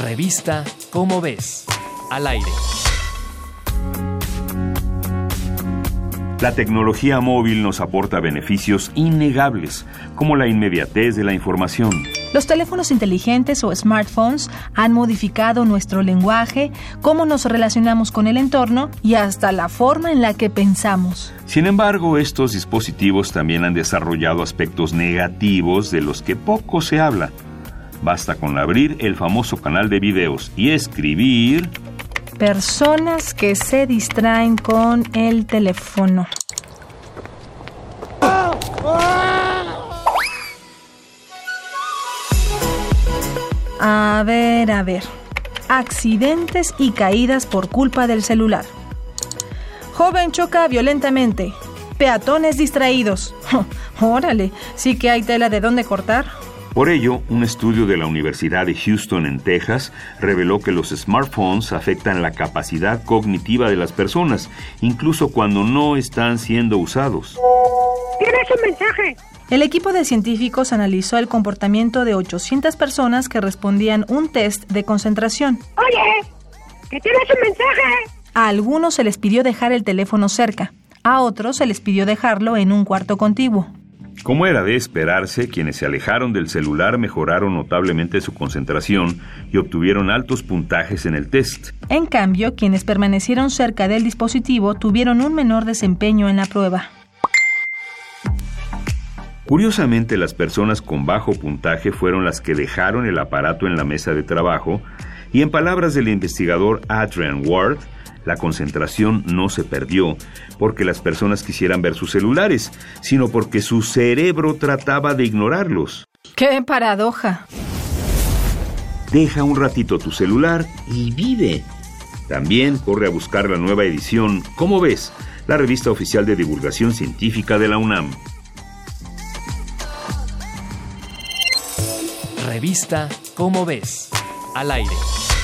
Revista Cómo Ves, al aire. La tecnología móvil nos aporta beneficios innegables, como la inmediatez de la información. Los teléfonos inteligentes o smartphones han modificado nuestro lenguaje, cómo nos relacionamos con el entorno y hasta la forma en la que pensamos. Sin embargo, estos dispositivos también han desarrollado aspectos negativos de los que poco se habla. Basta con abrir el famoso canal de videos y escribir: personas que se distraen con el teléfono. A ver. Accidentes y caídas por culpa del celular. Joven choca violentamente. Peatones distraídos. Órale, sí que hay tela de dónde cortar. Por ello, un estudio de la Universidad de Houston en Texas reveló que los smartphones afectan la capacidad cognitiva de las personas, incluso cuando no están siendo usados. ¿Tienes un mensaje? El equipo de científicos analizó el comportamiento de 800 personas que respondían un test de concentración. Oye, ¿que tienes un mensaje? A algunos se les pidió dejar el teléfono cerca, a otros se les pidió dejarlo en un cuarto contiguo. Como era de esperarse, quienes se alejaron del celular mejoraron notablemente su concentración y obtuvieron altos puntajes en el test. En cambio, quienes permanecieron cerca del dispositivo tuvieron un menor desempeño en la prueba. Curiosamente, las personas con bajo puntaje fueron las que dejaron el aparato en la mesa de trabajo y, en palabras del investigador Adrian Ward, la concentración no se perdió porque las personas quisieran ver sus celulares, sino porque su cerebro trataba de ignorarlos. ¡Qué paradoja! Deja un ratito tu celular y vive. También corre a buscar la nueva edición Cómo Ves, la revista oficial de divulgación científica de la UNAM. Revista Cómo Ves, al aire.